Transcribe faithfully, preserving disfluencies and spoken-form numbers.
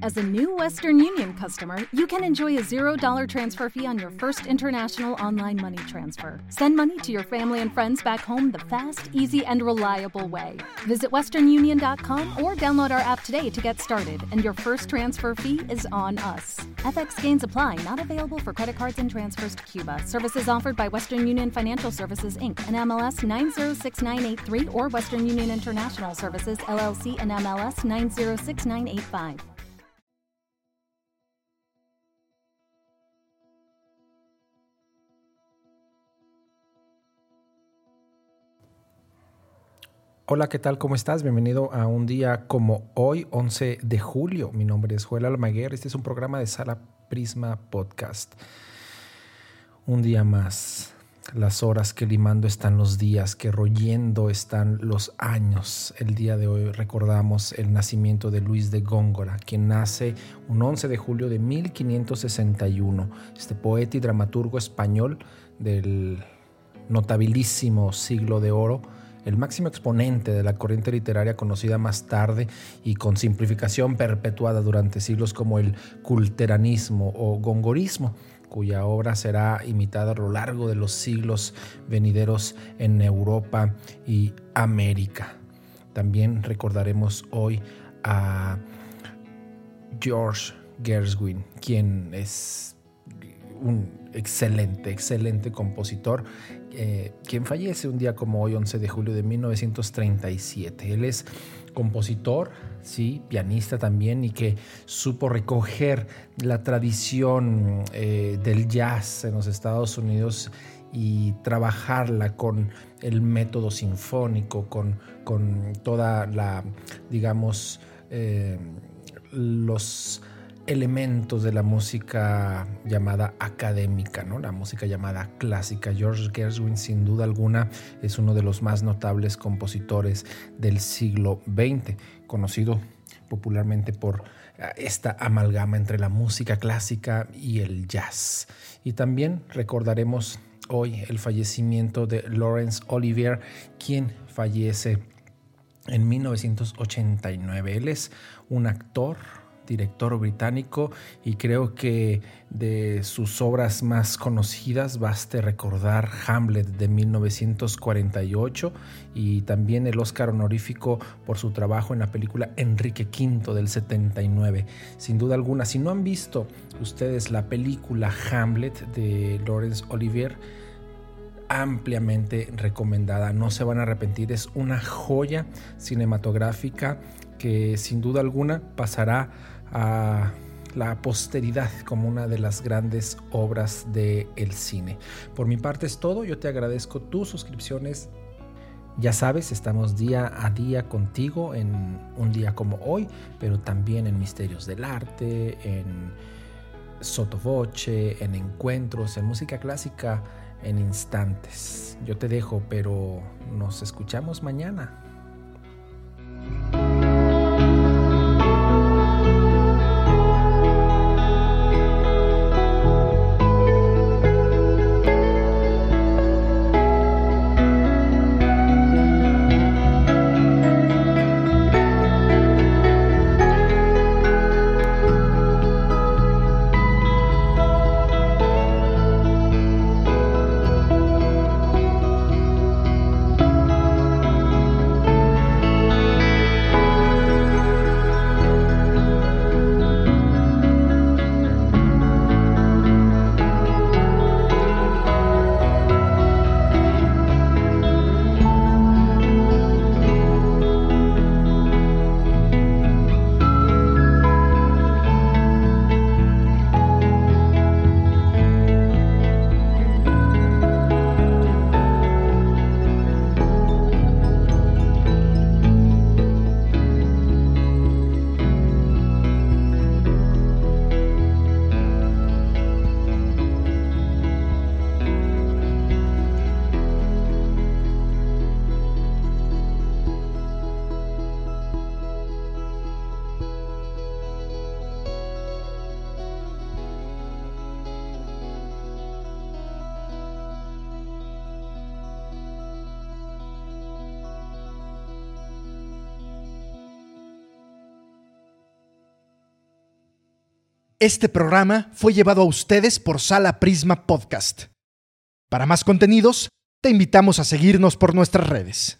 As a new Western Union customer, you can enjoy a zero dollars transfer fee on your first international online money transfer. Send money to your family and friends back home the fast, easy, and reliable way. Visit western union dot com or download our app today to get started, and your first transfer fee is on us. F X gains apply, not available for credit cards and transfers to Cuba. Services offered by Western Union Financial Services, Incorporated, and M L S nine zero six nine eight three or Western Union International Services, L L C, and M L S nine zero six nine eight five. Hola, ¿qué tal? ¿Cómo estás? Bienvenido a un día como hoy, once de julio. Mi nombre es Joel Almaguer. Este es un programa de Sala Prisma Podcast. Un día más. Las horas que limando están los días, que royendo están los años. El día de hoy recordamos el nacimiento de Luis de Góngora, quien nace un once de julio de mil quinientos sesenta y uno. Este poeta y dramaturgo español del notabilísimo siglo de oro, el máximo exponente de la corriente literaria conocida más tarde y con simplificación perpetuada durante siglos como el culteranismo o gongorismo, cuya obra será imitada a lo largo de los siglos venideros en Europa y América. También recordaremos hoy a George Gershwin, quien es un excelente, excelente compositor, eh, quien fallece un día como hoy, once de julio de mil novecientos treinta y siete. Él es compositor, sí, pianista también, y que supo recoger la tradición eh, del jazz en los Estados Unidos y trabajarla con el método sinfónico, con, con toda la, digamos, eh, los elementos de la música llamada académica, ¿no? La música llamada clásica. George Gershwin, sin duda alguna, es uno de los más notables compositores del siglo veinte, conocido popularmente por esta amalgama entre la música clásica y el jazz. Y también recordaremos hoy el fallecimiento de Laurence Olivier, quien fallece en mil novecientos ochenta y nueve. Él es un actor, director británico, y creo que de sus obras más conocidas baste recordar Hamlet de mil novecientos cuarenta y ocho y también el Oscar honorífico por su trabajo en la película Enrique quinto del setenta y nueve. Sin duda alguna, si no han visto ustedes la película Hamlet de Laurence Olivier, ampliamente recomendada, no se van a arrepentir. Es una joya cinematográfica que sin duda alguna pasará a la posteridad como una de las grandes obras del cine. Por mi parte es todo. Yo te agradezco tus suscripciones. Ya sabes, estamos día a día contigo en un día como hoy, pero también en Misterios del Arte, en Sotovoce, en Encuentros, en música clásica, en instantes. Yo te dejo, pero nos escuchamos mañana. Este programa fue llevado a ustedes por Sala Prisma Podcast. Para más contenidos, te invitamos a seguirnos por nuestras redes.